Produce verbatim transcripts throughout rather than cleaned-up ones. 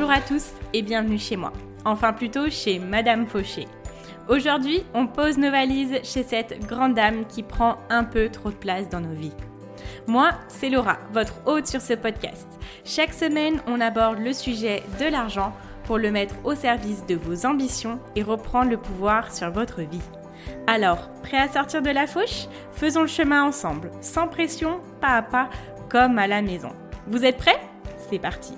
Bonjour à tous et bienvenue chez moi, enfin plutôt chez Madame Fauché. Aujourd'hui, on pose nos valises chez cette grande dame qui prend un peu trop de place dans nos vies. Moi, c'est Laura, votre hôte sur ce podcast. Chaque semaine, on aborde le sujet de l'argent pour le mettre au service de vos ambitions et reprendre le pouvoir sur votre vie. Alors, prêt à sortir de la fauche ? Faisons le chemin ensemble, sans pression, pas à pas, comme à la maison. Vous êtes prêts ? C'est parti.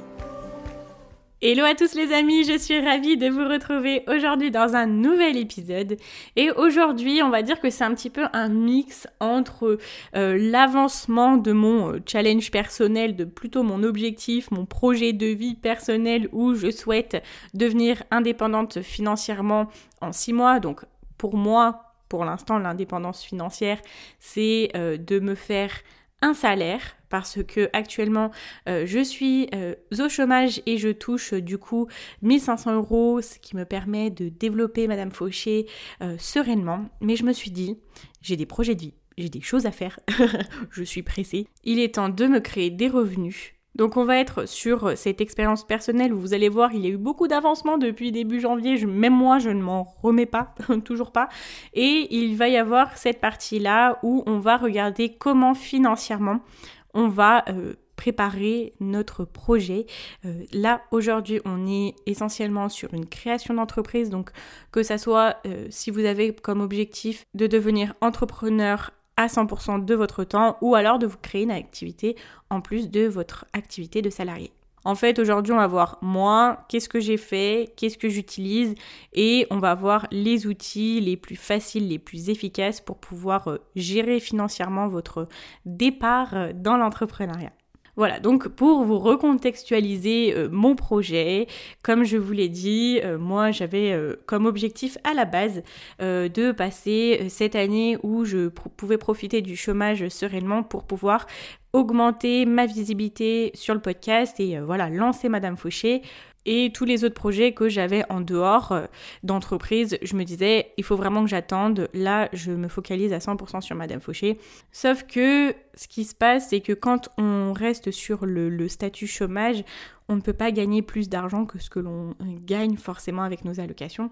Hello à tous les amis, je suis ravie de vous retrouver aujourd'hui dans un nouvel épisode. Et aujourd'hui, on va dire que c'est un petit peu un mix entre euh, l'avancement de mon challenge personnel, de plutôt mon objectif, mon projet de vie personnel où je souhaite devenir indépendante financièrement en six mois. Donc pour moi, pour l'instant, l'indépendance financière, c'est euh, de me faire un salaire parce que actuellement euh, je suis euh, au chômage et je touche euh, du coup mille cinq cents euros, ce qui me permet de développer Madame Fauché euh, sereinement. Mais je me suis dit, j'ai des projets de vie, j'ai des choses à faire, je suis pressée. Il est temps de me créer des revenus. Donc on va être sur cette expérience personnelle où vous allez voir, il y a eu beaucoup d'avancements depuis début janvier, je, même moi je ne m'en remets pas, toujours pas. Et il va y avoir cette partie-là où on va regarder comment financièrement on va euh, préparer notre projet. Euh, là, aujourd'hui, on est essentiellement sur une création d'entreprise, donc que ça soit euh, si vous avez comme objectif de devenir entrepreneur à cent pour cent de votre temps ou alors de vous créer une activité en plus de votre activité de salarié. En fait, aujourd'hui, on va voir moi, qu'est-ce que j'ai fait, qu'est-ce que j'utilise et on va voir les outils les plus faciles, les plus efficaces pour pouvoir euh, gérer financièrement votre départ euh, dans l'entrepreneuriat. Voilà, donc pour vous recontextualiser euh, mon projet, comme je vous l'ai dit, euh, moi j'avais euh, comme objectif à la base euh, de passer euh, cette année où je pr- pouvais profiter du chômage sereinement pour pouvoir augmenter ma visibilité sur le podcast et euh, voilà, lancer Madame Fauché. Et tous les autres projets que j'avais en dehors euh, d'entreprise, je me disais, il faut vraiment que j'attende. Là, je me focalise à cent pour cent sur Madame Fauché. Sauf que ce qui se passe, c'est que quand on reste sur le, le statut chômage, on ne peut pas gagner plus d'argent que ce que l'on gagne forcément avec nos allocations.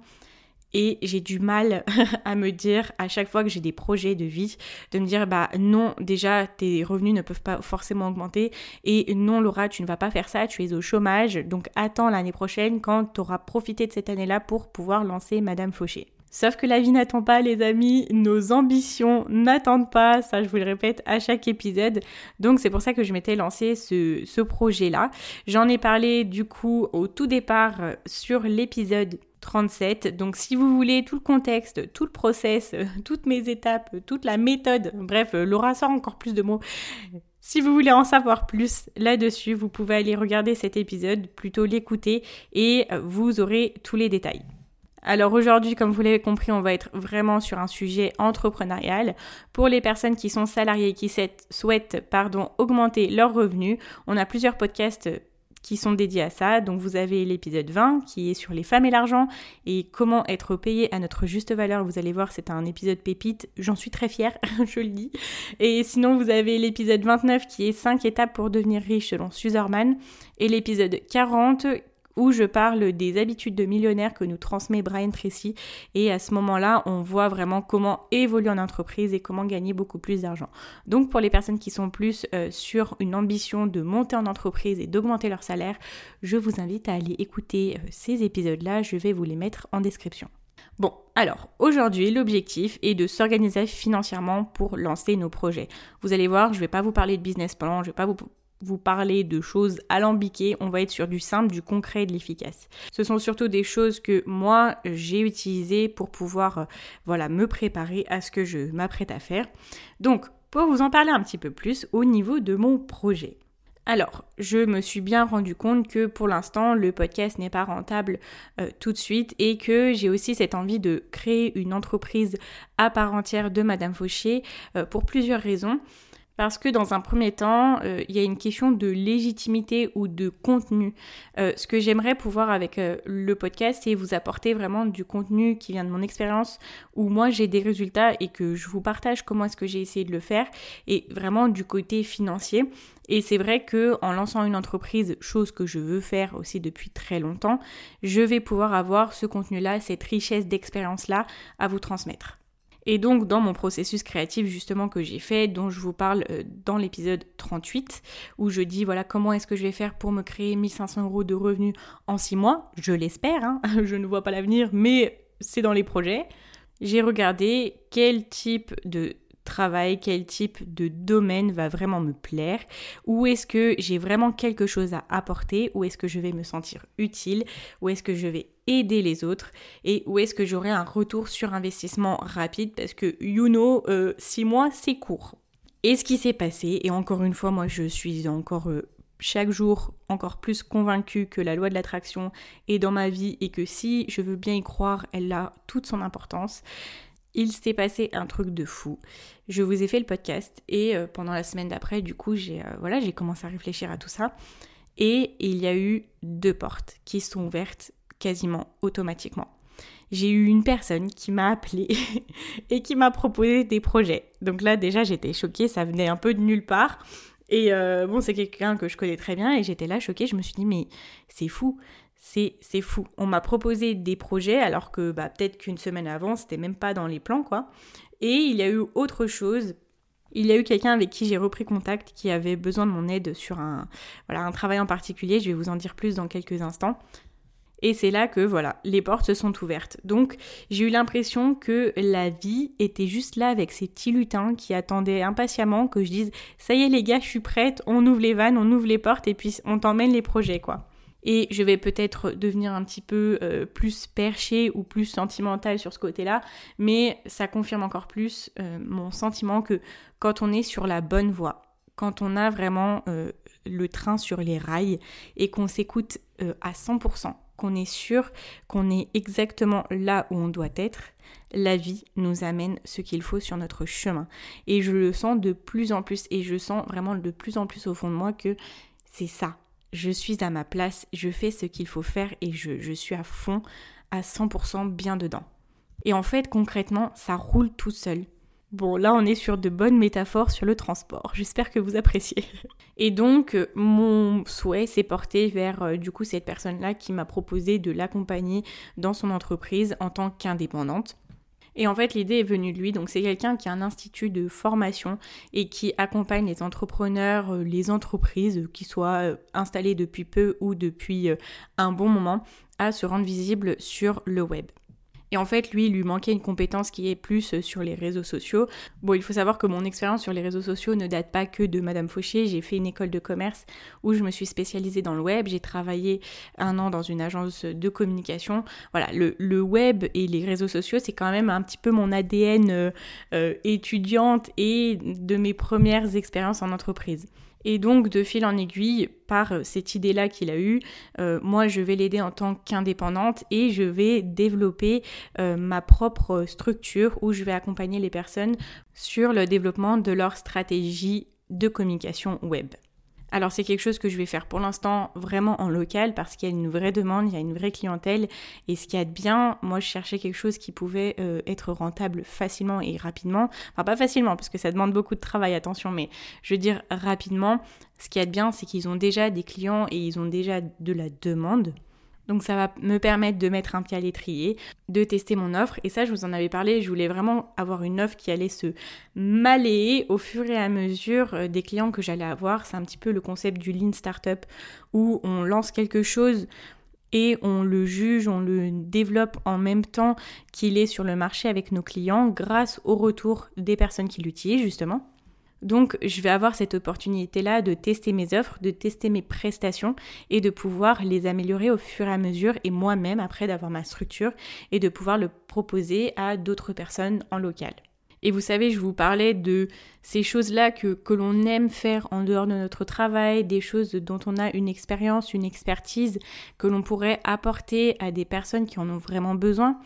Et j'ai du mal à me dire, à chaque fois que j'ai des projets de vie, de me dire, bah non, déjà, tes revenus ne peuvent pas forcément augmenter. Et non, Laura, tu ne vas pas faire ça, tu es au chômage. Donc attends l'année prochaine quand tu auras profité de cette année-là pour pouvoir lancer Madame Fauché. Sauf que la vie n'attend pas, les amis, nos ambitions n'attendent pas, ça je vous le répète à chaque épisode. Donc c'est pour ça que je m'étais lancé ce, ce projet-là. J'en ai parlé du coup au tout départ sur l'épisode trente-sept. Donc si vous voulez tout le contexte, tout le process, toutes mes étapes, toute la méthode, bref, Laura sort encore plus de mots. Si vous voulez en savoir plus là-dessus, vous pouvez aller regarder cet épisode, plutôt l'écouter et vous aurez tous les détails. Alors aujourd'hui, comme vous l'avez compris, on va être vraiment sur un sujet entrepreneurial. Pour les personnes qui sont salariées, qui souhaitent pardon, augmenter leurs revenus, on a plusieurs podcasts qui sont dédiés à ça. Donc vous avez l'épisode vingt qui est sur les femmes et l'argent et comment être payé à notre juste valeur. Vous allez voir, c'est un épisode pépite. J'en suis très fière, je le dis. Et sinon, vous avez l'épisode vingt-neuf qui est cinq étapes pour devenir riche selon Suzerman et l'épisode quarante où je parle des habitudes de millionnaire que nous transmet Brian Tracy. Et à ce moment-là, on voit vraiment comment évoluer en entreprise et comment gagner beaucoup plus d'argent. Donc pour les personnes qui sont plus euh, sur une ambition de monter en entreprise et d'augmenter leur salaire, je vous invite à aller écouter euh, ces épisodes-là. Je vais vous les mettre en description. Bon, alors aujourd'hui, l'objectif est de s'organiser financièrement pour lancer nos projets. Vous allez voir, je ne vais pas vous parler de business plan, je ne vais pas vous vous parler de choses alambiquées, on va être sur du simple, du concret et de l'efficace. Ce sont surtout des choses que moi, j'ai utilisées pour pouvoir euh, voilà, me préparer à ce que je m'apprête à faire. Donc, pour vous en parler un petit peu plus au niveau de mon projet. Alors, je me suis bien rendu compte que pour l'instant, le podcast n'est pas rentable euh, tout de suite et que j'ai aussi cette envie de créer une entreprise à part entière de Madame Fauché euh, pour plusieurs raisons. Parce que dans un premier temps, euh, il y a une question de légitimité ou de contenu. Euh, ce que j'aimerais pouvoir avec euh, le podcast, c'est vous apporter vraiment du contenu qui vient de mon expérience, où moi j'ai des résultats et que je vous partage comment est-ce que j'ai essayé de le faire, et vraiment du côté financier. Et c'est vrai qu'en lançant une entreprise, chose que je veux faire aussi depuis très longtemps, je vais pouvoir avoir ce contenu-là, cette richesse d'expérience-là à vous transmettre. Et donc dans mon processus créatif justement que j'ai fait, dont je vous parle dans l'épisode trente-huit, où je dis voilà comment est-ce que je vais faire pour me créer mille cinq cents euros de revenus en six mois, je l'espère, hein, je ne vois pas l'avenir, mais c'est dans les projets. J'ai regardé quel type de travail, quel type de domaine va vraiment me plaire, où est-ce que j'ai vraiment quelque chose à apporter, où est-ce que je vais me sentir utile, où est-ce que je vais aider les autres et où est-ce que j'aurai un retour sur investissement rapide parce que you know, euh, six mois c'est court. Et ce qui s'est passé, et encore une fois moi je suis encore euh, chaque jour encore plus convaincue que la loi de l'attraction est dans ma vie et que si je veux bien y croire, elle a toute son importance. Il s'est passé un truc de fou. Je vous ai fait le podcast et euh, pendant la semaine d'après, du coup, j'ai, euh, voilà, j'ai commencé à réfléchir à tout ça. Et il y a eu deux portes qui sont ouvertes quasiment automatiquement. J'ai eu une personne qui m'a appelée et qui m'a proposé des projets. Donc là, déjà, j'étais choquée, ça venait un peu de nulle part. Et euh, bon, c'est quelqu'un que je connais très bien et j'étais là choquée. Je me suis dit, mais c'est fou. C'est, c'est fou. On m'a proposé des projets alors que bah, peut-être qu'une semaine avant, c'était même pas dans les plans, quoi. Et il y a eu autre chose. Il y a eu quelqu'un avec qui j'ai repris contact qui avait besoin de mon aide sur un, voilà, un travail en particulier. Je vais vous en dire plus dans quelques instants. Et c'est là que, voilà, les portes se sont ouvertes. Donc, j'ai eu l'impression que la vie était juste là avec ces petits lutins qui attendaient impatiemment que je dise « Ça y est les gars, je suis prête, on ouvre les vannes, on ouvre les portes et puis on t'emmène les projets, quoi ». Et je vais peut-être devenir un petit peu euh, plus perchée ou plus sentimentale sur ce côté-là, mais ça confirme encore plus euh, mon sentiment que quand on est sur la bonne voie, quand on a vraiment euh, le train sur les rails et qu'on s'écoute euh, à cent pour cent, qu'on est sûr qu'on est exactement là où on doit être, la vie nous amène ce qu'il faut sur notre chemin. Et je le sens de plus en plus, et je sens vraiment de plus en plus au fond de moi que c'est ça. Je suis à ma place, je fais ce qu'il faut faire et je, je suis à fond, à cent pour cent bien dedans. Et en fait, concrètement, ça roule tout seul. Bon, là, on est sur de bonnes métaphores sur le transport. J'espère que vous appréciez. Et donc, mon souhait s'est porté vers, euh, du coup, cette personne-là qui m'a proposé de l'accompagner dans son entreprise en tant qu'indépendante. Et en fait, l'idée est venue de lui. Donc, c'est quelqu'un qui a un institut de formation et qui accompagne les entrepreneurs, les entreprises, qui soient installées depuis peu ou depuis un bon moment, à se rendre visibles sur le web. Et en fait, lui, il lui manquait une compétence qui est plus sur les réseaux sociaux. Bon, il faut savoir que mon expérience sur les réseaux sociaux ne date pas que de Madame Fauché. J'ai fait une école de commerce où je me suis spécialisée dans le web. J'ai travaillé un an dans une agence de communication. Voilà, le, le web et les réseaux sociaux, c'est quand même un petit peu mon A D N euh, euh, étudiante et de mes premières expériences en entreprise. Et donc, de fil en aiguille, par cette idée-là qu'il a eue, euh, moi, je vais l'aider en tant qu'indépendante et je vais développer euh, ma propre structure où je vais accompagner les personnes sur le développement de leur stratégie de communication web. Alors, c'est quelque chose que je vais faire pour l'instant vraiment en local parce qu'il y a une vraie demande, il y a une vraie clientèle. Et ce qu'il y a de bien, moi, je cherchais quelque chose qui pouvait euh, être rentable facilement et rapidement. Enfin, pas facilement parce que ça demande beaucoup de travail, attention, mais je veux dire rapidement. Ce qu'il y a de bien, c'est qu'ils ont déjà des clients et ils ont déjà de la demande. Donc ça va me permettre de mettre un pied à l'étrier, de tester mon offre. Et ça, je vous en avais parlé, je voulais vraiment avoir une offre qui allait se malayer au fur et à mesure des clients que j'allais avoir. C'est un petit peu le concept du Lean Startup où on lance quelque chose et on le juge, on le développe en même temps qu'il est sur le marché avec nos clients grâce au retour des personnes qui l'utilisent justement. Donc, je vais avoir cette opportunité-là de tester mes offres, de tester mes prestations et de pouvoir les améliorer au fur et à mesure et moi-même après d'avoir ma structure et de pouvoir le proposer à d'autres personnes en local. Et vous savez, je vous parlais de ces choses-là que, que l'on aime faire en dehors de notre travail, des choses dont on a une expérience, une expertise que l'on pourrait apporter à des personnes qui en ont vraiment besoin.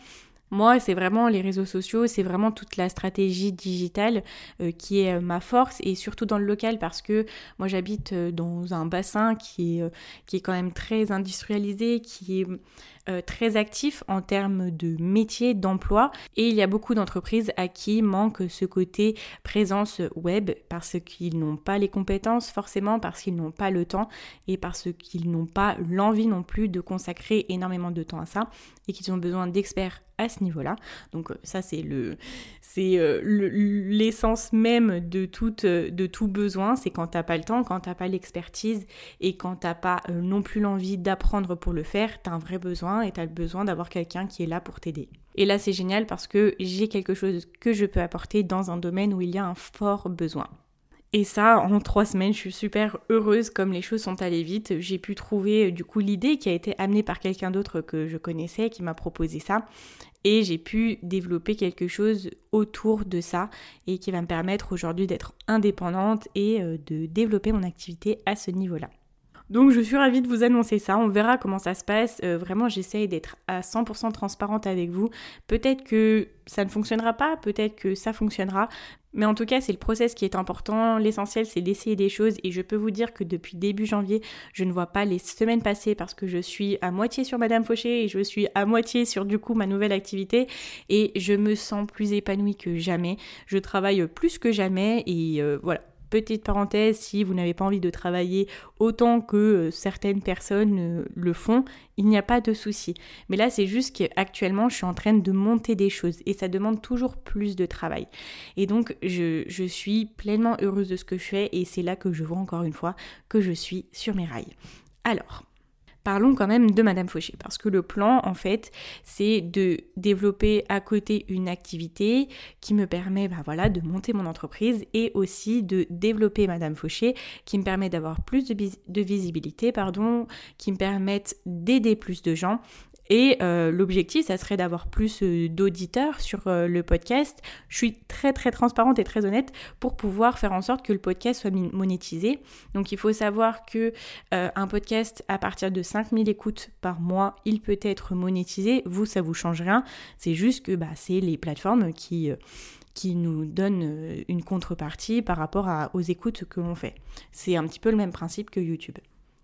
Moi, c'est vraiment les réseaux sociaux, c'est vraiment toute la stratégie digitale euh, qui est euh, ma force et surtout dans le local parce que moi j'habite euh, dans un bassin qui est, euh, qui est quand même très industrialisé, qui est euh, très actif en termes de métier, d'emploi et il y a beaucoup d'entreprises à qui manque ce côté présence web parce qu'ils n'ont pas les compétences forcément, parce qu'ils n'ont pas le temps et parce qu'ils n'ont pas l'envie non plus de consacrer énormément de temps à ça et qu'ils ont besoin d'experts à ce niveau-là. Donc ça c'est le c'est euh, le, l'essence même de tout, de tout besoin, c'est quand t'as pas le temps, quand t'as pas l'expertise et quand t'as pas euh, non plus l'envie d'apprendre pour le faire, t'as un vrai besoin et t'as le besoin d'avoir quelqu'un qui est là pour t'aider. Et là c'est génial parce que j'ai quelque chose que je peux apporter dans un domaine où il y a un fort besoin. Et ça, en trois semaines, je suis super heureuse comme les choses sont allées vite. J'ai pu trouver du coup l'idée qui a été amenée par quelqu'un d'autre que je connaissais, qui m'a proposé ça. Et j'ai pu développer quelque chose autour de ça et qui va me permettre aujourd'hui d'être indépendante et de développer mon activité à ce niveau-là. Donc je suis ravie de vous annoncer ça, on verra comment ça se passe, euh, vraiment j'essaye d'être à cent pour cent transparente avec vous, peut-être que ça ne fonctionnera pas, peut-être que ça fonctionnera, mais en tout cas c'est le process qui est important, l'essentiel c'est d'essayer des choses et je peux vous dire que depuis début janvier, je ne vois pas les semaines passer parce que je suis à moitié sur Madame Fauché et je suis à moitié sur du coup ma nouvelle activité et je me sens plus épanouie que jamais, je travaille plus que jamais et euh, voilà. Petite parenthèse, si vous n'avez pas envie de travailler autant que certaines personnes le font, il n'y a pas de souci. Mais là, c'est juste qu'actuellement, je suis en train de monter des choses et ça demande toujours plus de travail. Et donc, je, je suis pleinement heureuse de ce que je fais et c'est là que je vois encore une fois que je suis sur mes rails. Alors... Parlons quand même de Madame Fauché, parce que le plan, en fait, c'est de développer à côté une activité qui me permet bah voilà, de monter mon entreprise et aussi de développer Madame Fauché, qui me permet d'avoir plus de, bis- de visibilité, pardon, qui me permettent d'aider plus de gens. Et euh, l'objectif, ça serait d'avoir plus euh, d'auditeurs sur euh, le podcast. Je suis très très transparente et très honnête pour pouvoir faire en sorte que le podcast soit monétisé. Donc il faut savoir que euh, un podcast à partir de cinq mille écoutes par mois, il peut être monétisé. Vous, ça vous change rien. C'est juste que bah, c'est les plateformes qui... Euh, qui nous donnent une contrepartie par rapport à, aux écoutes que l'on fait. C'est un petit peu le même principe que YouTube.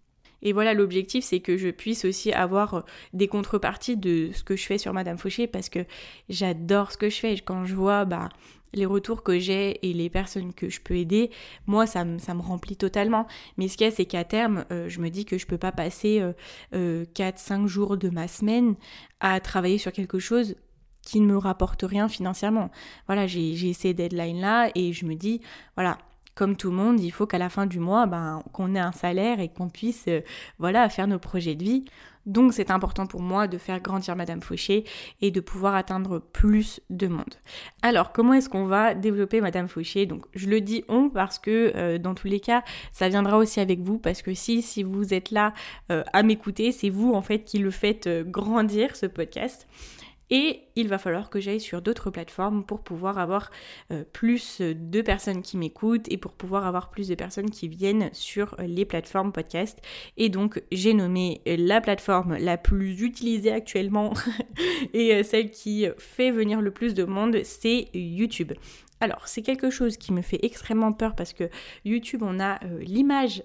Et voilà, l'objectif, c'est que je puisse aussi avoir des contreparties de ce que je fais sur Madame Fauché parce que j'adore ce que je fais. Quand je vois bah, les retours que j'ai et les personnes que je peux aider, moi, ça me, ça me remplit totalement. Mais ce qu'il y a, c'est qu'à terme, euh, je me dis que je peux pas passer euh, euh, quatre cinq jours de ma semaine à travailler sur quelque chose qui ne me rapporte rien financièrement. Voilà, j'ai, j'ai ces deadlines-là et je me dis, voilà... Comme tout le monde, il faut qu'à la fin du mois, ben, qu'on ait un salaire et qu'on puisse euh, voilà, faire nos projets de vie. Donc c'est important pour moi de faire grandir Madame Fauché et de pouvoir atteindre plus de monde. Alors comment est-ce qu'on va développer Madame Fauché ? Donc je le dis on parce que euh, dans tous les cas, ça viendra aussi avec vous parce que si, si vous êtes là euh, à m'écouter, c'est vous en fait qui le faites euh, grandir ce podcast. Et il va falloir que j'aille sur d'autres plateformes pour pouvoir avoir euh, plus de personnes qui m'écoutent et pour pouvoir avoir plus de personnes qui viennent sur les plateformes podcast. Et donc, j'ai nommé la plateforme la plus utilisée actuellement et celle qui fait venir le plus de monde, c'est YouTube. Alors, c'est quelque chose qui me fait extrêmement peur parce que YouTube, on a euh, l'image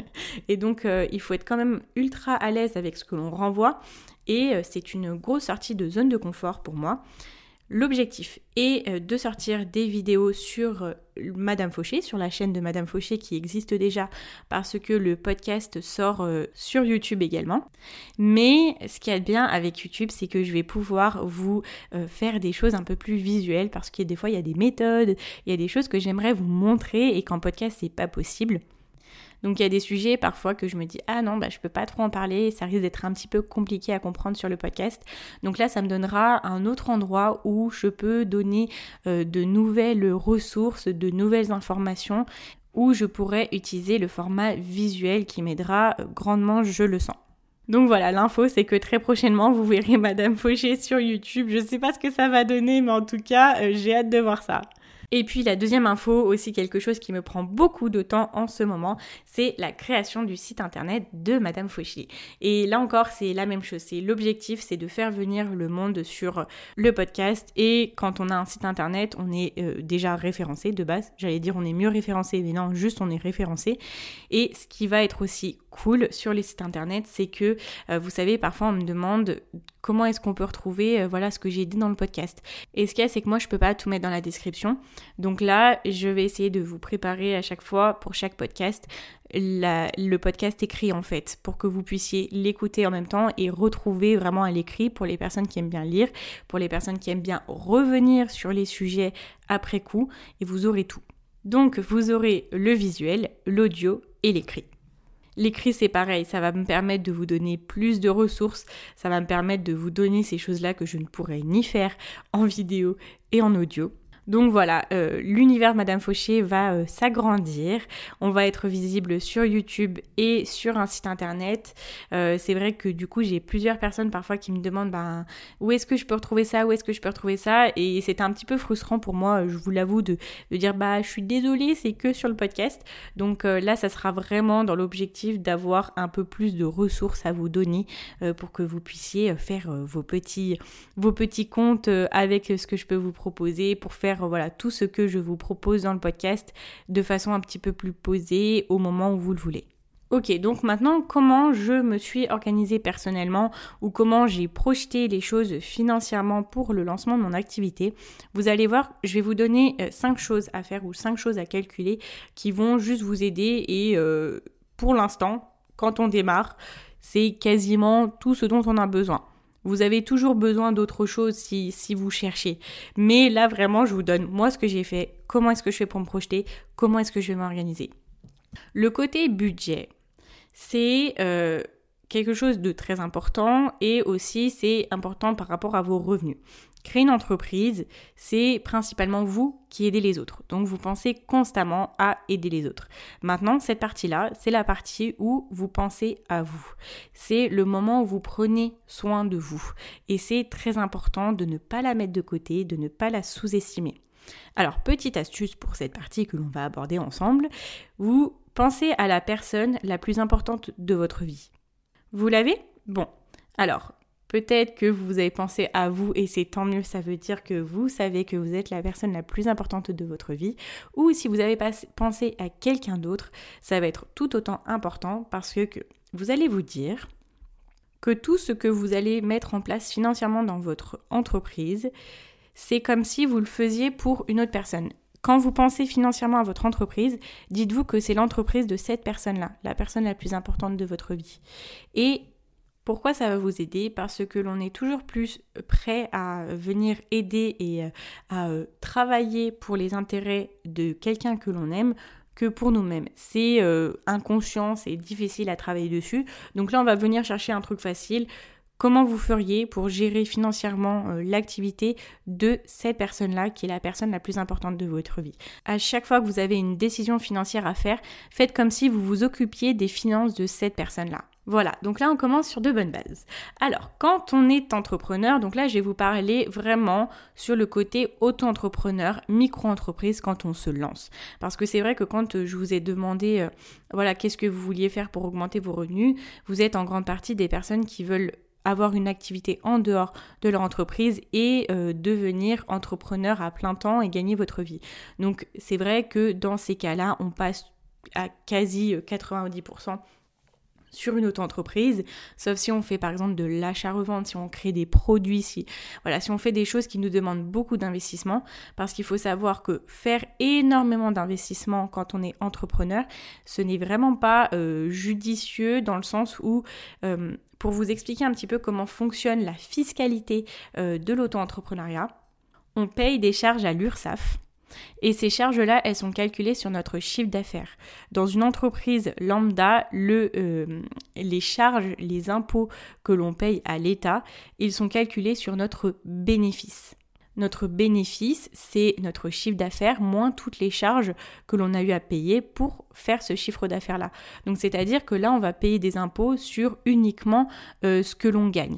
et donc euh, il faut être quand même ultra à l'aise avec ce que l'on renvoie et euh, c'est une grosse sortie de zone de confort pour moi. L'objectif est euh, de sortir des vidéos sur euh, Madame Fauché, sur la chaîne de Madame Fauché qui existe déjà parce que le podcast sort euh, sur YouTube également. Mais ce qu'il y a de bien avec YouTube, c'est que je vais pouvoir vous euh, faire des choses un peu plus visuelles parce que des fois il y a des méthodes, il y a des choses que j'aimerais vous montrer et qu'en podcast c'est pas possible. Donc il y a des sujets parfois que je me dis « Ah non, bah, je peux pas trop en parler, ça risque d'être un petit peu compliqué à comprendre sur le podcast. » Donc là, ça me donnera un autre endroit où je peux donner euh, de nouvelles ressources, de nouvelles informations, où je pourrais utiliser le format visuel qui m'aidera euh, grandement, je le sens. Donc voilà, l'info c'est que très prochainement vous verrez Madame Fauché sur YouTube. Je sais pas ce que ça va donner, mais en tout cas, euh, j'ai hâte de voir ça. Et puis la deuxième info, aussi quelque chose qui me prend beaucoup de temps en ce moment, c'est la création du site internet de Madame Fauché. Et là encore, c'est la même chose. C'est l'objectif, c'est de faire venir le monde sur le podcast. Et quand on a un site internet, on est euh, déjà référencé de base. J'allais dire on est mieux référencé, mais non, juste on est référencé. Et ce qui va être aussi cool sur les sites internet, c'est que, euh, vous savez, parfois on me demande comment est-ce qu'on peut retrouver euh, voilà, ce que j'ai dit dans le podcast. Et ce qu'il y a, c'est que moi, je peux pas tout mettre dans la description. Donc là, je vais essayer de vous préparer à chaque fois, pour chaque podcast, la, le podcast écrit en fait, pour que vous puissiez l'écouter en même temps et retrouver vraiment à l'écrit pour les personnes qui aiment bien lire, pour les personnes qui aiment bien revenir sur les sujets après coup, et vous aurez tout. Donc, vous aurez le visuel, l'audio et l'écrit. L'écrit, c'est pareil, ça va me permettre de vous donner plus de ressources, ça va me permettre de vous donner ces choses-là que je ne pourrais ni faire en vidéo et en audio. Donc voilà, euh, l'univers de Madame Fauché va euh, s'agrandir. On va être visible sur YouTube et sur un site internet. Euh, c'est vrai que du coup, j'ai plusieurs personnes parfois qui me demandent ben, où est-ce que je peux retrouver ça, où est-ce que je peux retrouver ça. Et c'est un petit peu frustrant pour moi, je vous l'avoue, de, de dire bah je suis désolée, c'est que sur le podcast. Donc euh, là, ça sera vraiment dans l'objectif d'avoir un peu plus de ressources à vous donner euh, pour que vous puissiez faire euh, vos petits, vos petits comptes euh, avec ce que je peux vous proposer pour faire voilà, tout ce que je vous propose dans le podcast de façon un petit peu plus posée au moment où vous le voulez. Ok, donc maintenant, comment je me suis organisée personnellement ou comment j'ai projeté les choses financièrement pour le lancement de mon activité. Vous allez voir, je vais vous donner cinq choses à faire ou cinq choses à calculer qui vont juste vous aider et euh, pour l'instant, quand on démarre, c'est quasiment tout ce dont on a besoin. Vous avez toujours besoin d'autre chose si, si vous cherchez. Mais là, vraiment, je vous donne moi ce que j'ai fait, comment est-ce que je fais pour me projeter, comment est-ce que je vais m'organiser. Le côté budget, c'est euh, quelque chose de très important et aussi c'est important par rapport à vos revenus. Créer une entreprise, c'est principalement vous qui aidez les autres. Donc, vous pensez constamment à aider les autres. Maintenant, cette partie-là, c'est la partie où vous pensez à vous. C'est le moment où vous prenez soin de vous. Et c'est très important de ne pas la mettre de côté, de ne pas la sous-estimer. Alors, petite astuce pour cette partie que l'on va aborder ensemble. Vous pensez à la personne la plus importante de votre vie. Vous l'avez ? Bon, alors... Peut-être que vous avez pensé à vous et c'est tant mieux, ça veut dire que vous savez que vous êtes la personne la plus importante de votre vie. Ou si vous avez pas pensé à quelqu'un d'autre, ça va être tout autant important parce que vous allez vous dire que tout ce que vous allez mettre en place financièrement dans votre entreprise, c'est comme si vous le faisiez pour une autre personne. Quand vous pensez financièrement à votre entreprise, dites-vous que c'est l'entreprise de cette personne-là, la personne la plus importante de votre vie. Et pourquoi ça va vous aider ? Parce que l'on est toujours plus prêt à venir aider et à travailler pour les intérêts de quelqu'un que l'on aime que pour nous-mêmes. C'est euh, inconscient, c'est difficile à travailler dessus. Donc là, on va venir chercher un truc facile. Comment vous feriez pour gérer financièrement euh, l'activité de cette personne-là qui est la personne la plus importante de votre vie ? À chaque fois que vous avez une décision financière à faire, faites comme si vous vous occupiez des finances de cette personne-là. Voilà, donc là on commence sur de bonnes bases. Alors, quand on est entrepreneur, donc là je vais vous parler vraiment sur le côté auto-entrepreneur, micro-entreprise quand on se lance. Parce que c'est vrai que quand je vous ai demandé, euh, voilà, qu'est-ce que vous vouliez faire pour augmenter vos revenus, vous êtes en grande partie des personnes qui veulent avoir une activité en dehors de leur entreprise et euh, devenir entrepreneur à plein temps et gagner votre vie. Donc c'est vrai que dans ces cas-là, on passe à quasi quatre-vingt-dix pour cent sur une auto-entreprise, sauf si on fait par exemple de l'achat-revente, si on crée des produits, si, voilà, si on fait des choses qui nous demandent beaucoup d'investissement, parce qu'il faut savoir que faire énormément d'investissement quand on est entrepreneur, ce n'est vraiment pas euh, judicieux dans le sens où, euh, pour vous expliquer un petit peu comment fonctionne la fiscalité euh, de l'auto-entrepreneuriat, on paye des charges à l'URSSAF. Et ces charges-là, elles sont calculées sur notre chiffre d'affaires. Dans une entreprise lambda, le, euh, les charges, les impôts que l'on paye à l'État, ils sont calculés sur notre bénéfice. Notre bénéfice, c'est notre chiffre d'affaires moins toutes les charges que l'on a eu à payer pour faire ce chiffre d'affaires-là. Donc, c'est-à-dire que là, on va payer des impôts sur uniquement euh, ce que l'on gagne.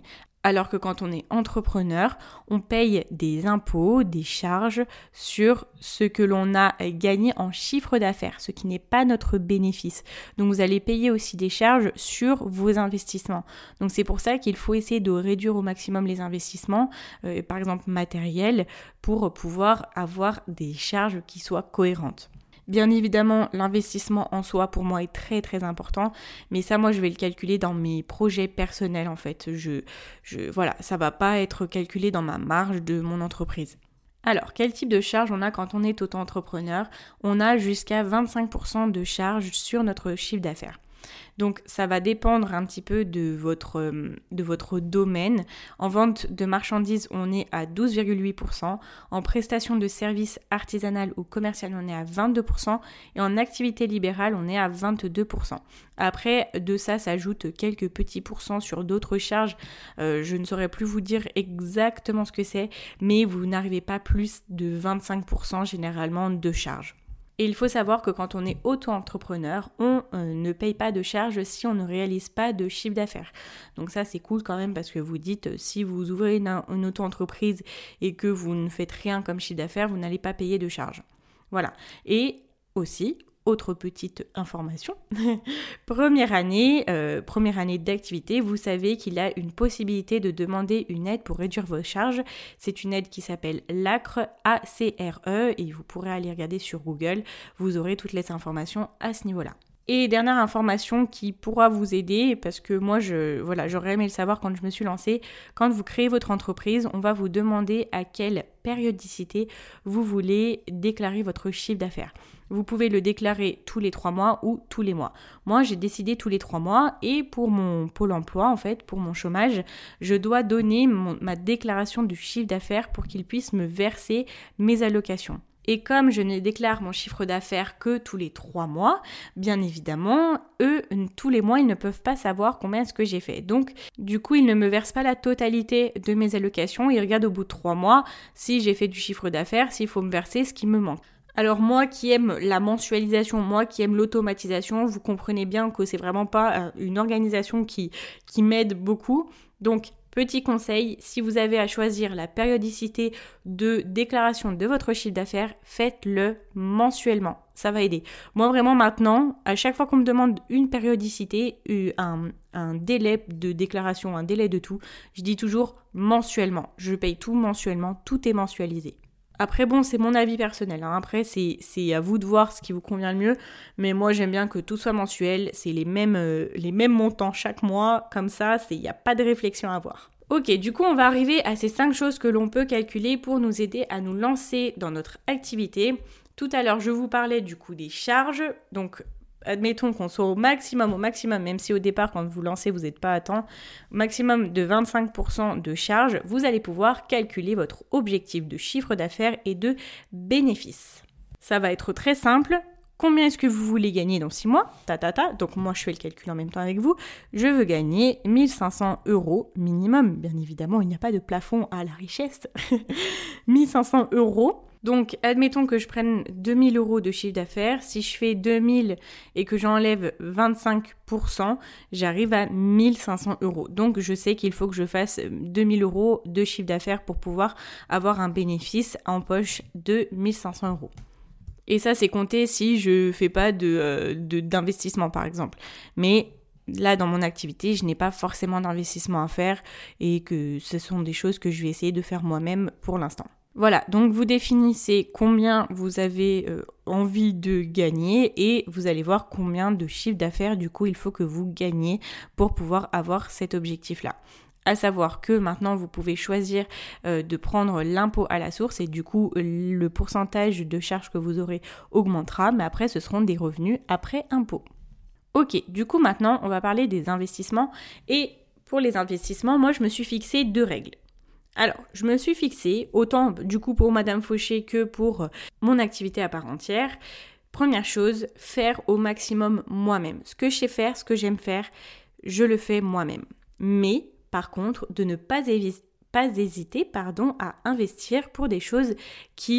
Alors que quand on est entrepreneur, on paye des impôts, des charges sur ce que l'on a gagné en chiffre d'affaires, ce qui n'est pas notre bénéfice. Donc vous allez payer aussi des charges sur vos investissements. Donc c'est pour ça qu'il faut essayer de réduire au maximum les investissements, euh, par exemple matériels, pour pouvoir avoir des charges qui soient cohérentes. Bien évidemment, l'investissement en soi, pour moi, est très très important. Mais ça, moi, je vais le calculer dans mes projets personnels, en fait. Je, je, voilà, ça va pas être calculé dans ma marge de mon entreprise. Alors, quel type de charge on a quand on est auto-entrepreneur ? On a jusqu'à vingt-cinq pour cent de charge sur notre chiffre d'affaires. Donc ça va dépendre un petit peu de votre, de votre domaine. En vente de marchandises, on est à douze virgule huit pour cent. En prestation de services artisanales ou commerciales, on est à vingt-deux pour cent. Et en activité libérale, on est à vingt-deux pour cent. Après, de ça s'ajoutent quelques petits pourcents sur d'autres charges. Euh, je ne saurais plus vous dire exactement ce que c'est, mais vous n'arrivez pas plus de vingt-cinq pour cent généralement de charges. Et il faut savoir que quand on est auto-entrepreneur, on euh, ne paye pas de charges si on ne réalise pas de chiffre d'affaires. Donc ça, c'est cool quand même parce que vous dites, euh, si vous ouvrez une, une auto-entreprise et que vous ne faites rien comme chiffre d'affaires, vous n'allez pas payer de charges. Voilà. Et aussi, autre petite information, première année, euh, première année d'activité, vous savez qu'il y a une possibilité de demander une aide pour réduire vos charges. C'est une aide qui s'appelle l'A C R E, A C R E, et vous pourrez aller regarder sur Google, vous aurez toutes les informations à ce niveau-là. Et dernière information qui pourra vous aider, parce que moi, je, voilà, j'aurais aimé le savoir quand je me suis lancée, quand vous créez votre entreprise, on va vous demander à quelle périodicité vous voulez déclarer votre chiffre d'affaires. Vous pouvez le déclarer tous les trois mois ou tous les mois. Moi, j'ai décidé tous les trois mois et pour mon pôle emploi, en fait, pour mon chômage, je dois donner mon, ma déclaration du chiffre d'affaires pour qu'ils puissent me verser mes allocations. Et comme je ne déclare mon chiffre d'affaires que tous les trois mois, bien évidemment, eux, tous les mois, ils ne peuvent pas savoir combien est-ce que j'ai fait. Donc, du coup, ils ne me versent pas la totalité de mes allocations. Ils regardent au bout de trois mois si j'ai fait du chiffre d'affaires, s'il faut me verser ce qui me manque. Alors moi qui aime la mensualisation, moi qui aime l'automatisation, vous comprenez bien que c'est vraiment pas une organisation qui, qui m'aide beaucoup. Donc, petit conseil, si vous avez à choisir la périodicité de déclaration de votre chiffre d'affaires, faites-le mensuellement. Ça va aider. Moi vraiment maintenant, à chaque fois qu'on me demande une périodicité, un, un délai de déclaration, un délai de tout, je dis toujours mensuellement. Je paye tout mensuellement, tout est mensualisé. Après bon, c'est mon avis personnel, hein. Après c'est, c'est à vous de voir ce qui vous convient le mieux, mais moi j'aime bien que tout soit mensuel, c'est les mêmes, euh, les mêmes montants chaque mois, comme ça, il n'y a pas de réflexion à avoir. Ok, du coup on va arriver à ces cinq choses que l'on peut calculer pour nous aider à nous lancer dans notre activité. Tout à l'heure je vous parlais du coup des charges, donc admettons qu'on soit au maximum, au maximum, même si au départ, quand vous lancez, vous n'êtes pas à temps, maximum de vingt-cinq pour cent de charge, vous allez pouvoir calculer votre objectif de chiffre d'affaires et de bénéfices. Ça va être très simple. Combien est-ce que vous voulez gagner dans six mois ? Ta, ta, ta. Donc moi, je fais le calcul en même temps avec vous. Je veux gagner mille cinq cents euros minimum. Bien évidemment, il n'y a pas de plafond à la richesse. mille cinq cents euros. Donc, admettons que je prenne deux mille euros de chiffre d'affaires. Si je fais deux mille et que j'enlève vingt-cinq pour cent, j'arrive à mille cinq cents euros. Donc, je sais qu'il faut que je fasse deux mille euros de chiffre d'affaires pour pouvoir avoir un bénéfice en poche de mille cinq cents euros. Et ça, c'est compté si je fais pas de, euh, de, d'investissement, par exemple. Mais là, dans mon activité, je n'ai pas forcément d'investissement à faire et que ce sont des choses que je vais essayer de faire moi-même pour l'instant. Voilà, donc vous définissez combien vous avez euh, envie de gagner et vous allez voir combien de chiffre d'affaires du coup il faut que vous gagnez pour pouvoir avoir cet objectif-là. À savoir que maintenant vous pouvez choisir euh, de prendre l'impôt à la source et du coup le pourcentage de charges que vous aurez augmentera, mais après ce seront des revenus après impôt. Ok, du coup maintenant on va parler des investissements et pour les investissements, moi je me suis fixé deux règles. Alors, je me suis fixée, autant du coup pour Madame Fauché que pour mon activité à part entière. Première chose, faire au maximum moi-même. Ce que je sais faire, ce que j'aime faire, je le fais moi-même. Mais, par contre, de ne pas, évi- pas hésiter pardon, à investir pour des choses qui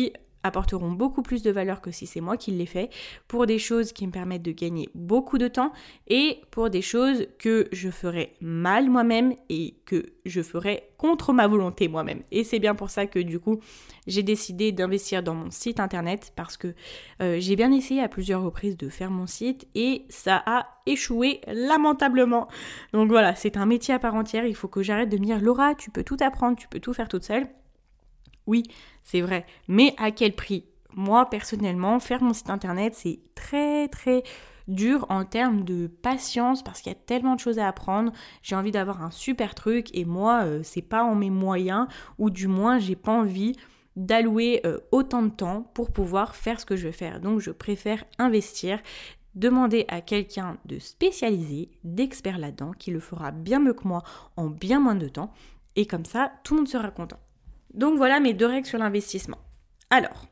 apporteront beaucoup plus de valeur que si c'est moi qui les fais, pour des choses qui me permettent de gagner beaucoup de temps et pour des choses que je ferai mal moi-même et que je ferai contre ma volonté moi-même. Et c'est bien pour ça que du coup, j'ai décidé d'investir dans mon site internet parce que euh, j'ai bien essayé à plusieurs reprises de faire mon site et ça a échoué lamentablement. Donc voilà, c'est un métier à part entière, il faut que j'arrête de me dire « Laura, tu peux tout apprendre, tu peux tout faire toute seule ». Oui, c'est vrai, mais à quel prix ? Moi, personnellement, faire mon site internet, c'est très très dur en termes de patience parce qu'il y a tellement de choses à apprendre. J'ai envie d'avoir un super truc et moi, euh, c'est pas en mes moyens ou du moins, j'ai pas envie d'allouer euh, autant de temps pour pouvoir faire ce que je veux faire. Donc, je préfère investir, demander à quelqu'un de spécialisé, d'expert là-dedans, qui le fera bien mieux que moi en bien moins de temps et comme ça, tout le monde sera content. Donc voilà mes deux règles sur l'investissement. Alors,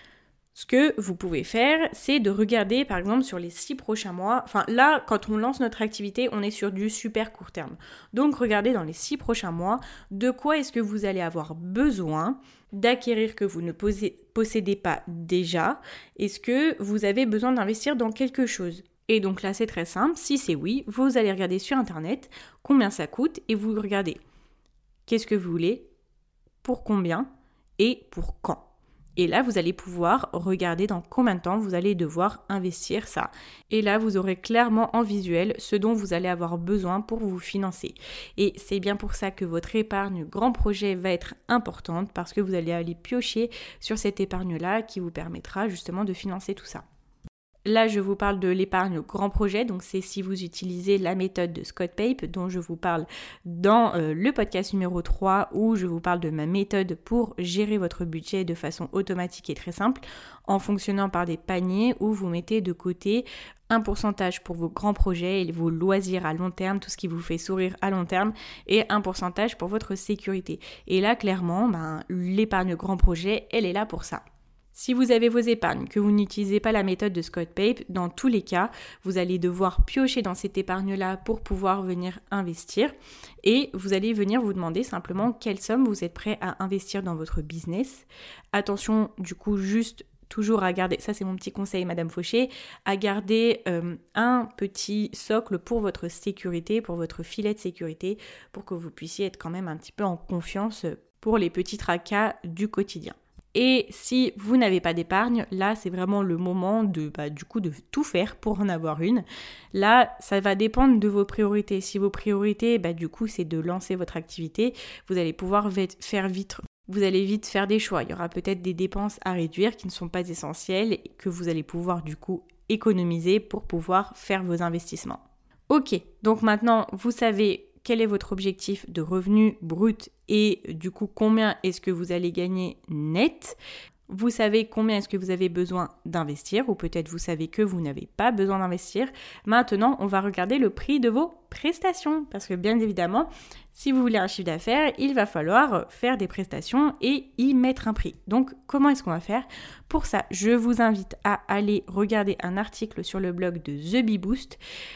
ce que vous pouvez faire, c'est de regarder par exemple sur les six prochains mois. Enfin là, quand on lance notre activité, on est sur du super court terme. Donc regardez dans les six prochains mois, de quoi est-ce que vous allez avoir besoin d'acquérir que vous ne possédez pas déjà. Est-ce que vous avez besoin d'investir dans quelque chose ? Et donc là, c'est très simple. Si c'est oui, vous allez regarder sur Internet combien ça coûte et vous regardez qu'est-ce que vous voulez, pour combien et pour quand. Et là, vous allez pouvoir regarder dans combien de temps vous allez devoir investir ça. Et là, vous aurez clairement en visuel ce dont vous allez avoir besoin pour vous financer. Et c'est bien pour ça que votre épargne grand projet va être importante parce que vous allez aller piocher sur cette épargne-là qui vous permettra justement de financer tout ça. Là, je vous parle de l'épargne grand projet, donc c'est si vous utilisez la méthode de Scott Pape dont je vous parle dans euh, le podcast numéro trois où je vous parle de ma méthode pour gérer votre budget de façon automatique et très simple en fonctionnant par des paniers où vous mettez de côté un pourcentage pour vos grands projets et vos loisirs à long terme, tout ce qui vous fait sourire à long terme et un pourcentage pour votre sécurité. Et là, clairement, ben, l'épargne grand projet, elle est là pour ça. Si vous avez vos épargnes, que vous n'utilisez pas la méthode de Scott Pape, dans tous les cas, vous allez devoir piocher dans cette épargne-là pour pouvoir venir investir et vous allez venir vous demander simplement quelle somme vous êtes prêt à investir dans votre business. Attention, du coup, juste toujours à garder, ça c'est mon petit conseil Madame Fauché, à garder euh, un petit socle pour votre sécurité, pour votre filet de sécurité, pour que vous puissiez être quand même un petit peu en confiance pour les petits tracas du quotidien. Et si vous n'avez pas d'épargne, là c'est vraiment le moment de bah, du coup de tout faire pour en avoir une. Là, ça va dépendre de vos priorités. Si vos priorités, bah, du coup, c'est de lancer votre activité, vous allez pouvoir faire vite. Vous allez vite faire des choix. Il y aura peut-être des dépenses à réduire qui ne sont pas essentielles et que vous allez pouvoir du coup économiser pour pouvoir faire vos investissements. Ok, donc maintenant vous savez quel est votre objectif de revenu brut et du coup combien est-ce que vous allez gagner net. Vous savez combien est-ce que vous avez besoin d'investir ou peut-être vous savez que vous n'avez pas besoin d'investir. Maintenant, on va regarder le prix de vos prestations parce que bien évidemment, si vous voulez un chiffre d'affaires, il va falloir faire des prestations et y mettre un prix. Donc, comment est-ce qu'on va faire ? Pour ça, je vous invite à aller regarder un article sur le blog de The Bee Boost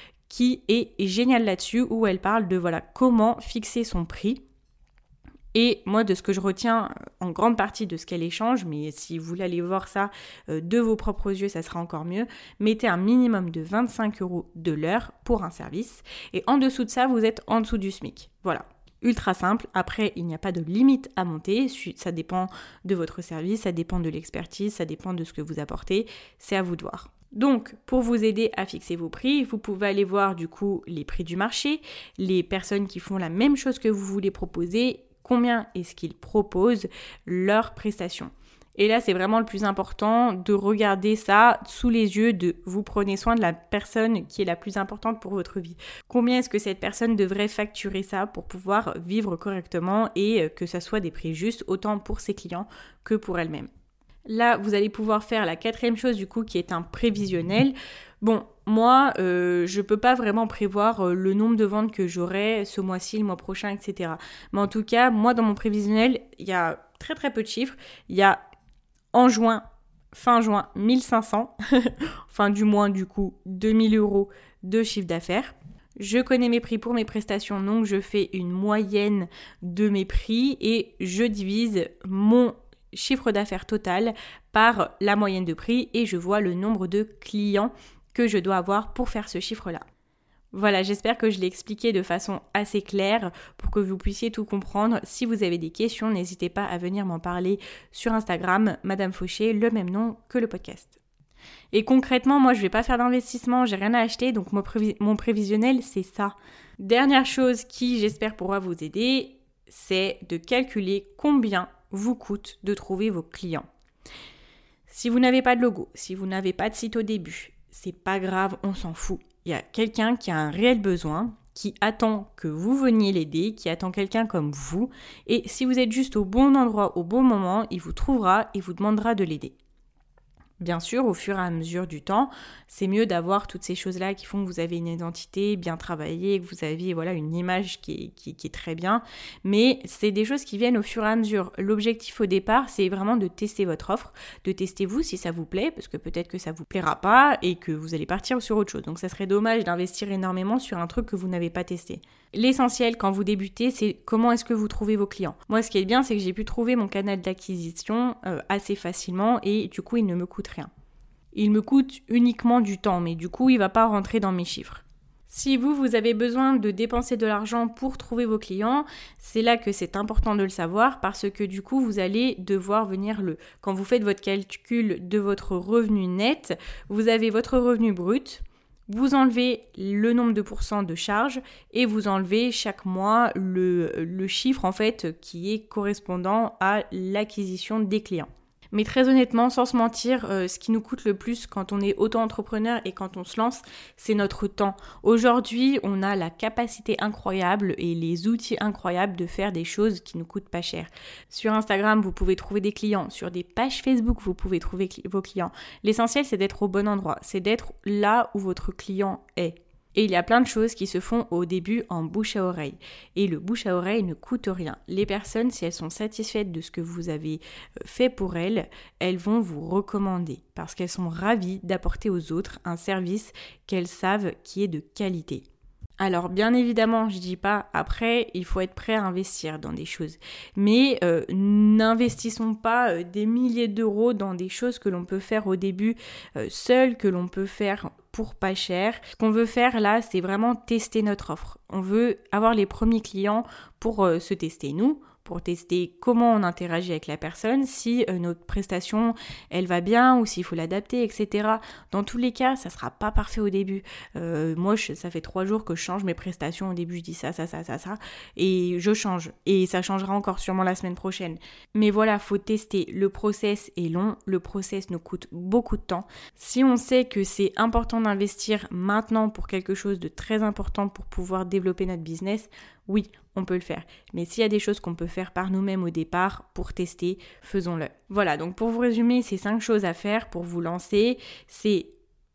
qui est génial là-dessus, où elle parle de voilà comment fixer son prix. Et moi, de ce que je retiens en grande partie de ce qu'elle échange, mais si vous voulez aller voir ça de vos propres yeux, ça sera encore mieux, mettez un minimum de vingt-cinq euros de l'heure pour un service. Et en dessous de ça, vous êtes en dessous du SMIC. Voilà. Ultra simple. Après, il n'y a pas de limite à monter. Ça dépend de votre service, ça dépend de l'expertise, ça dépend de ce que vous apportez. C'est à vous de voir. Donc, pour vous aider à fixer vos prix, vous pouvez aller voir du coup les prix du marché, les personnes qui font la même chose que vous voulez proposer, combien est-ce qu'ils proposent leurs prestations. Et là, c'est vraiment le plus important de regarder ça sous les yeux de vous prenez soin de la personne qui est la plus importante pour votre vie. Combien est-ce que cette personne devrait facturer ça pour pouvoir vivre correctement et que ça soit des prix justes autant pour ses clients que pour elle-même. Là, vous allez pouvoir faire la quatrième chose du coup qui est un prévisionnel. Bon, moi, euh, je peux pas vraiment prévoir euh, le nombre de ventes que j'aurai ce mois-ci, le mois prochain, et cetera. Mais en tout cas, moi, dans mon prévisionnel, il y a très très peu de chiffres. Il y a en juin, fin juin, mille cinq cents, enfin du moins du coup deux mille euros de chiffre d'affaires. Je connais mes prix pour mes prestations, donc je fais une moyenne de mes prix et je divise mon chiffre d'affaires total par la moyenne de prix et je vois le nombre de clients que je dois avoir pour faire ce chiffre-là. Voilà, j'espère que je l'ai expliqué de façon assez claire pour que vous puissiez tout comprendre. Si vous avez des questions, n'hésitez pas à venir m'en parler sur Instagram, Madame Fauché, le même nom que le podcast. Et concrètement, moi, je ne vais pas faire d'investissement, j'ai rien à acheter, donc mon, prévis- mon prévisionnel, c'est ça. Dernière chose qui, j'espère, pourra vous aider, c'est de calculer combien vous coûte de trouver vos clients. Si vous n'avez pas de logo, si vous n'avez pas de site au début, c'est pas grave, on s'en fout. Il y a quelqu'un qui a un réel besoin, qui attend que vous veniez l'aider, qui attend quelqu'un comme vous. Et si vous êtes juste au bon endroit, au bon moment, il vous trouvera et vous demandera de l'aider. Bien sûr, au fur et à mesure du temps, c'est mieux d'avoir toutes ces choses-là qui font que vous avez une identité bien travaillée, que vous avez voilà, une image qui est, qui, qui est très bien. Mais c'est des choses qui viennent au fur et à mesure. L'objectif au départ, c'est vraiment de tester votre offre, de tester vous si ça vous plaît, parce que peut-être que ça vous plaira pas et que vous allez partir sur autre chose. Donc ça serait dommage d'investir énormément sur un truc que vous n'avez pas testé. L'essentiel quand vous débutez, c'est comment est-ce que vous trouvez vos clients. Moi, ce qui est bien, c'est que j'ai pu trouver mon canal d'acquisition euh, assez facilement et du coup, il ne me coûte rien. Il me coûte uniquement du temps, mais du coup, il ne va pas rentrer dans mes chiffres. Si vous, vous avez besoin de dépenser de l'argent pour trouver vos clients, c'est là que c'est important de le savoir parce que du coup, vous allez devoir venir le... Quand vous faites votre calcul de votre revenu net, vous avez votre revenu brut. Vous enlevez le nombre de pourcents de charges et vous enlevez chaque mois le, le chiffre en fait qui est correspondant à l'acquisition des clients. Mais très honnêtement, sans se mentir, euh, ce qui nous coûte le plus quand on est auto-entrepreneur et quand on se lance, c'est notre temps. Aujourd'hui, on a la capacité incroyable et les outils incroyables de faire des choses qui nous coûtent pas cher. Sur Instagram, vous pouvez trouver des clients. Sur des pages Facebook, vous pouvez trouver cl- vos clients. L'essentiel, c'est d'être au bon endroit. C'est d'être là où votre client est. Et il y a plein de choses qui se font au début en bouche à oreille. Et le bouche à oreille ne coûte rien. Les personnes, si elles sont satisfaites de ce que vous avez fait pour elles, elles vont vous recommander parce qu'elles sont ravies d'apporter aux autres un service qu'elles savent qui est de qualité. Alors bien évidemment, je dis pas après, il faut être prêt à investir dans des choses. Mais euh, n'investissons pas euh, des milliers d'euros dans des choses que l'on peut faire au début euh, seul, que l'on peut faire pour pas cher. Ce qu'on veut faire là, c'est vraiment tester notre offre. On veut avoir les premiers clients pour euh, se tester nous, pour tester comment on interagit avec la personne, si euh, notre prestation, elle va bien ou s'il faut l'adapter, et cetera. Dans tous les cas, ça sera pas parfait au début. Euh, moi, je, ça fait trois jours que je change mes prestations. Au début, je dis ça, ça, ça, ça, ça, et je change. Et ça changera encore sûrement la semaine prochaine. Mais voilà, faut tester. Le process est long. Le process nous coûte beaucoup de temps. Si on sait que c'est important d'investir maintenant pour quelque chose de très important pour pouvoir développer notre business, oui, on peut le faire. Mais s'il y a des choses qu'on peut faire par nous-mêmes au départ pour tester, faisons-le. Voilà, donc pour vous résumer, ces cinq choses à faire pour vous lancer, c'est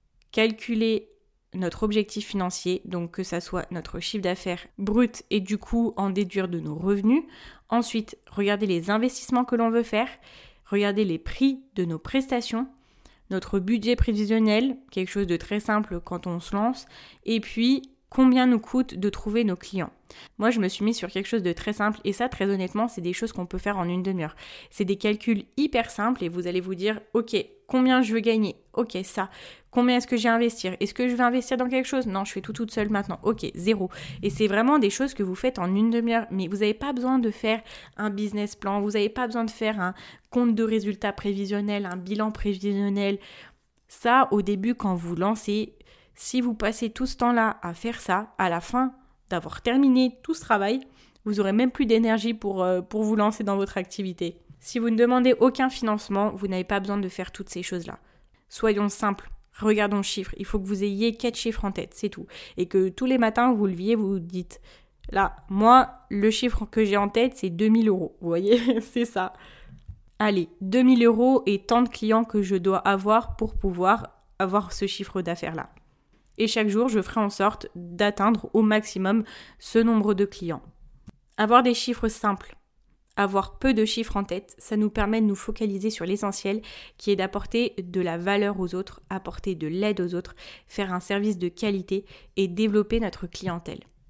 calculer notre objectif financier, donc que ça soit notre chiffre d'affaires brut et du coup en déduire de nos revenus. Ensuite, regarder les investissements que l'on veut faire, regarder les prix de nos prestations, notre budget prévisionnel, quelque chose de très simple quand on se lance, et puis combien nous coûte de trouver nos clients. Moi, je me suis mis sur quelque chose de très simple et ça, très honnêtement, c'est des choses qu'on peut faire en une demi-heure. C'est des calculs hyper simples et vous allez vous dire, ok, combien je veux gagner? Ok, ça. Combien est-ce que j'ai à investir? Est-ce que je vais investir dans quelque chose? Non, je fais tout toute seule maintenant. Ok, zéro. Et c'est vraiment des choses que vous faites en une demi-heure. Mais vous n'avez pas besoin de faire un business plan. Vous n'avez pas besoin de faire un compte de résultats prévisionnel, un bilan prévisionnel. Ça, au début, quand vous lancez, si vous passez tout ce temps-là à faire ça, à la fin d'avoir terminé tout ce travail, vous n'aurez même plus d'énergie pour, euh, pour vous lancer dans votre activité. Si vous ne demandez aucun financement, vous n'avez pas besoin de faire toutes ces choses-là. Soyons simples, regardons le chiffre. Il faut que vous ayez quatre chiffres en tête, c'est tout. Et que tous les matins, vous leviez, vous vous dites, là, moi, le chiffre que j'ai en tête, c'est deux mille euros. Vous voyez, c'est ça. Allez, deux mille euros et tant de clients que je dois avoir pour pouvoir avoir ce chiffre d'affaires-là. Et chaque jour, je ferai en sorte d'atteindre au maximum ce nombre de clients. Avoir des chiffres simples, avoir peu de chiffres en tête, ça nous permet de nous focaliser sur l'essentiel qui est d'apporter de la valeur aux autres, apporter de l'aide aux autres, faire un service de qualité et développer notre clientèle.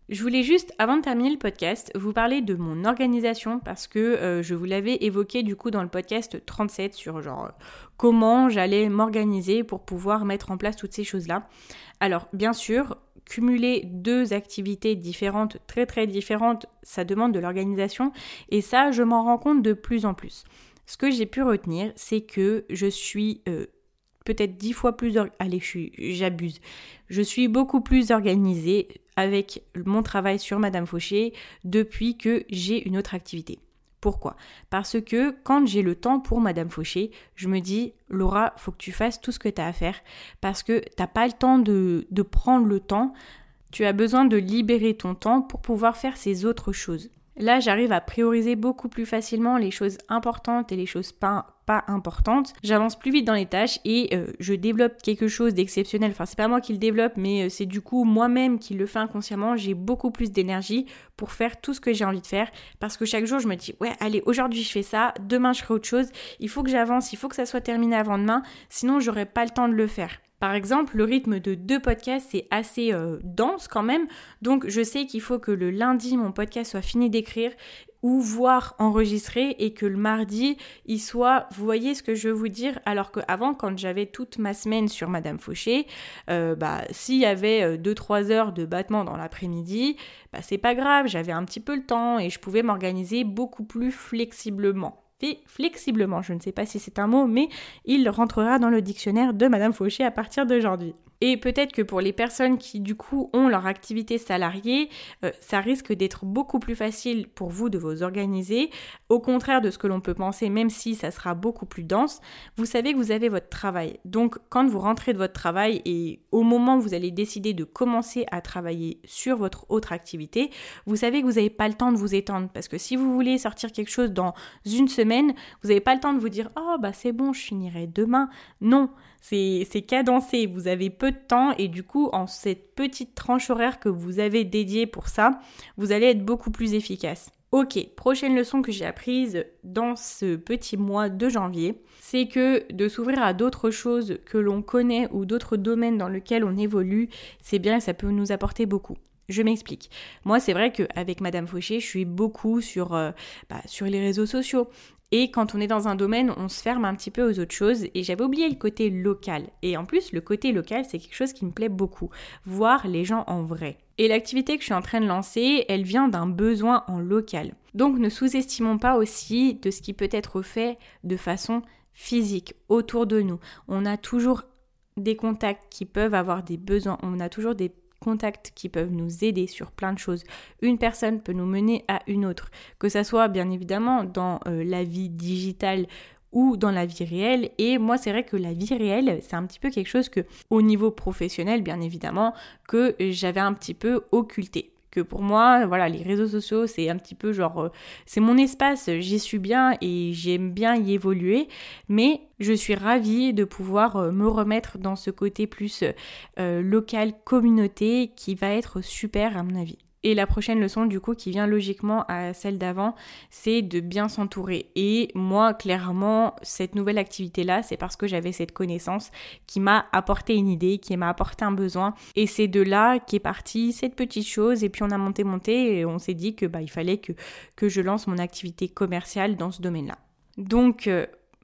Je voulais juste, avant de terminer le podcast, vous parler de mon organisation parce que euh, je vous l'avais évoqué du coup dans le podcast trente-sept sur genre euh, comment j'allais m'organiser pour pouvoir mettre en place toutes ces choses-là. Alors bien sûr, cumuler deux activités différentes, très très différentes, ça demande de l'organisation et ça, je m'en rends compte de plus en plus. Ce que j'ai pu retenir, c'est que je suis... Euh, peut-être dix fois plus... Or... Allez, je suis... j'abuse. Je suis beaucoup plus organisée avec mon travail sur Madame Fauché depuis que j'ai une autre activité. Pourquoi ? Parce que quand j'ai le temps pour Madame Fauché, je me dis « Laura, faut que tu fasses tout ce que tu as à faire parce que tu n'as pas le temps de, de prendre le temps. Tu as besoin de libérer ton temps pour pouvoir faire ces autres choses. » Là, j'arrive à prioriser beaucoup plus facilement les choses importantes et les choses pas, pas importantes. J'avance plus vite dans les tâches et euh, je développe quelque chose d'exceptionnel. Enfin, c'est pas moi qui le développe, mais euh, c'est du coup moi-même qui le fais inconsciemment. J'ai beaucoup plus d'énergie pour faire tout ce que j'ai envie de faire parce que chaque jour, je me dis « Ouais, allez, aujourd'hui, je fais ça. Demain, je ferai autre chose. Il faut que j'avance. Il faut que ça soit terminé avant demain. Sinon, j'aurai pas le temps de le faire. » Par exemple, le rythme de deux podcasts, c'est assez euh, dense quand même. Donc, je sais qu'il faut que le lundi, mon podcast soit fini d'écrire ou voire enregistré et que le mardi, il soit... Vous voyez ce que je veux vous dire ? Alors qu'avant, quand j'avais toute ma semaine sur Madame Fauché, euh, bah, s'il y avait deux trois heures de battement dans l'après-midi, bah, c'est pas grave, j'avais un petit peu le temps et je pouvais m'organiser beaucoup plus flexiblement. Flexiblement, je ne sais pas si c'est un mot, mais il rentrera dans le dictionnaire de Madame Fauché à partir d'aujourd'hui. Et peut-être que pour les personnes qui du coup ont leur activité salariée, euh, ça risque d'être beaucoup plus facile pour vous de vous organiser. Au contraire de ce que l'on peut penser, même si ça sera beaucoup plus dense, vous savez que vous avez votre travail. Donc quand vous rentrez de votre travail et au moment où vous allez décider de commencer à travailler sur votre autre activité, vous savez que vous n'avez pas le temps de vous étendre. Parce que si vous voulez sortir quelque chose dans une semaine, vous n'avez pas le temps de vous dire « Oh bah c'est bon, je finirai demain ». Non, c'est, c'est cadencé, vous avez peu de temps et du coup en cette petite tranche horaire que vous avez dédiée pour ça, vous allez être beaucoup plus efficace. Ok, prochaine leçon que j'ai apprise dans ce petit mois de janvier, c'est que de s'ouvrir à d'autres choses que l'on connaît ou d'autres domaines dans lesquels on évolue, c'est bien et ça peut nous apporter beaucoup. Je m'explique. Moi, c'est vrai qu'avec Madame Fauché, je suis beaucoup sur, euh, bah, sur les réseaux sociaux. Et quand on est dans un domaine, on se ferme un petit peu aux autres choses. Et j'avais oublié le côté local. Et en plus, le côté local, c'est quelque chose qui me plaît beaucoup. Voir les gens en vrai. Et l'activité que je suis en train de lancer, elle vient d'un besoin en local. Donc ne sous-estimons pas aussi de ce qui peut être fait de façon physique autour de nous. On a toujours des contacts qui peuvent avoir des besoins. On a toujours des contacts qui peuvent nous aider sur plein de choses. Une personne peut nous mener à une autre, que ça soit bien évidemment dans euh, la vie digitale ou dans la vie réelle. Et moi, c'est vrai que la vie réelle, c'est un petit peu quelque chose que, au niveau professionnel, bien évidemment, que j'avais un petit peu occulté. Que pour moi, voilà, les réseaux sociaux, c'est un petit peu genre, euh, c'est mon espace, j'y suis bien et j'aime bien y évoluer, mais je suis ravie de pouvoir euh, me remettre dans ce côté plus euh, local, communauté, qui va être super à mon avis. Et la prochaine leçon, du coup, qui vient logiquement à celle d'avant, c'est de bien s'entourer. Et moi, clairement, cette nouvelle activité-là, c'est parce que j'avais cette connaissance qui m'a apporté une idée, qui m'a apporté un besoin. Et c'est de là qu'est partie cette petite chose. Et puis on a monté, monté, et on s'est dit que bah, il fallait que, que je lance mon activité commerciale dans ce domaine-là. Donc, euh,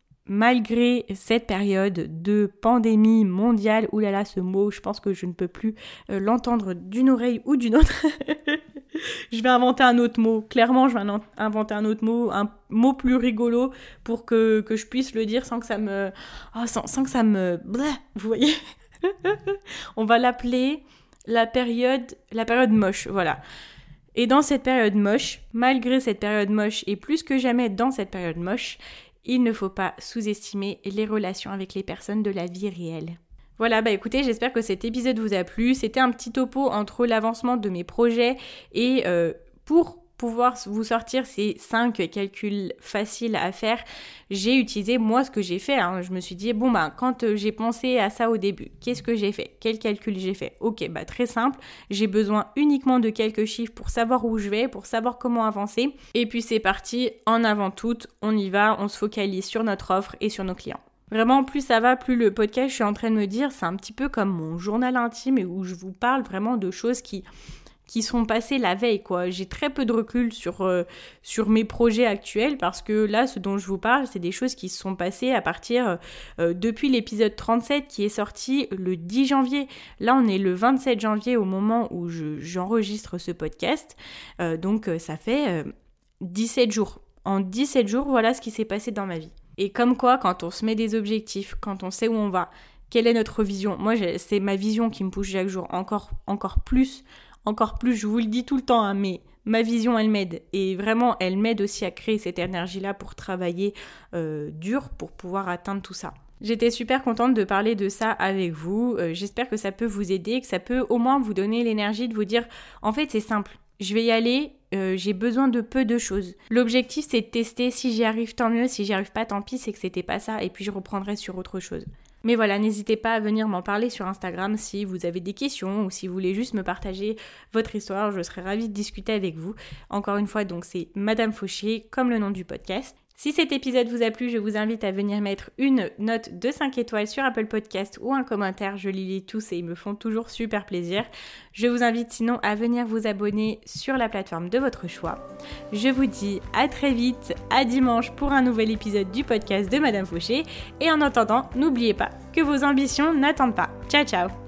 malgré cette période de pandémie mondiale, oulala ce mot, je pense que je ne peux plus euh, l'entendre d'une oreille ou d'une autre. Je vais inventer un autre mot. Clairement, je vais inventer un autre mot, un mot plus rigolo pour que, que je puisse le dire sans que ça me... Oh, sans, sans que ça me... Blah, vous voyez. On va l'appeler la période, la période moche, voilà. Et dans cette période moche, malgré cette période moche et plus que jamais dans cette période moche, il ne faut pas sous-estimer les relations avec les personnes de la vie réelle. Voilà, bah écoutez, j'espère que cet épisode vous a plu. C'était un petit topo entre l'avancement de mes projets et euh, pour pouvoir vous sortir ces cinq calculs faciles à faire, j'ai utilisé moi ce que j'ai fait. Hein. Je me suis dit, bon bah quand j'ai pensé à ça au début, qu'est-ce que j'ai fait ? Quel calcul j'ai fait ? Ok, bah très simple, j'ai besoin uniquement de quelques chiffres pour savoir où je vais, pour savoir comment avancer. Et puis c'est parti, en avant tout, on y va, on se focalise sur notre offre et sur nos clients. Vraiment, plus ça va, plus le podcast, je suis en train de me dire, c'est un petit peu comme mon journal intime et où je vous parle vraiment de choses qui... qui sont passés la veille, quoi. J'ai très peu de recul sur, euh, sur mes projets actuels parce que là, ce dont je vous parle, c'est des choses qui se sont passées à partir euh, depuis l'épisode trente-sept qui est sorti le dix janvier. Là, on est le vingt-sept janvier au moment où je, j'enregistre ce podcast. Euh, donc, euh, ça fait euh, dix-sept jours. En dix-sept jours, voilà ce qui s'est passé dans ma vie. Et comme quoi, quand on se met des objectifs, quand on sait où on va, quelle est notre vision ? Moi, c'est ma vision qui me pousse chaque jour encore, encore plus, encore plus, je vous le dis tout le temps, hein, mais ma vision, elle m'aide. Et vraiment, elle m'aide aussi à créer cette énergie-là pour travailler euh, dur, pour pouvoir atteindre tout ça. J'étais super contente de parler de ça avec vous. Euh, j'espère que ça peut vous aider, que ça peut au moins vous donner l'énergie de vous dire, en fait, c'est simple. Je vais y aller, euh, j'ai besoin de peu de choses. L'objectif, c'est de tester. Si j'y arrive, tant mieux. Si j'y arrive pas, tant pis, c'est que c'était pas ça. Et puis, je reprendrai sur autre chose. Mais voilà, n'hésitez pas à venir m'en parler sur Instagram si vous avez des questions ou si vous voulez juste me partager votre histoire. Je serai ravie de discuter avec vous. Encore une fois, donc c'est Madame Fauché, comme le nom du podcast. Si cet épisode vous a plu, je vous invite à venir mettre une note de cinq étoiles sur Apple Podcast ou un commentaire. Je les lis tous et ils me font toujours super plaisir. Je vous invite sinon à venir vous abonner sur la plateforme de votre choix. Je vous dis à très vite, à dimanche pour un nouvel épisode du podcast de Madame Fauché. Et en attendant, n'oubliez pas que vos ambitions n'attendent pas. Ciao ciao!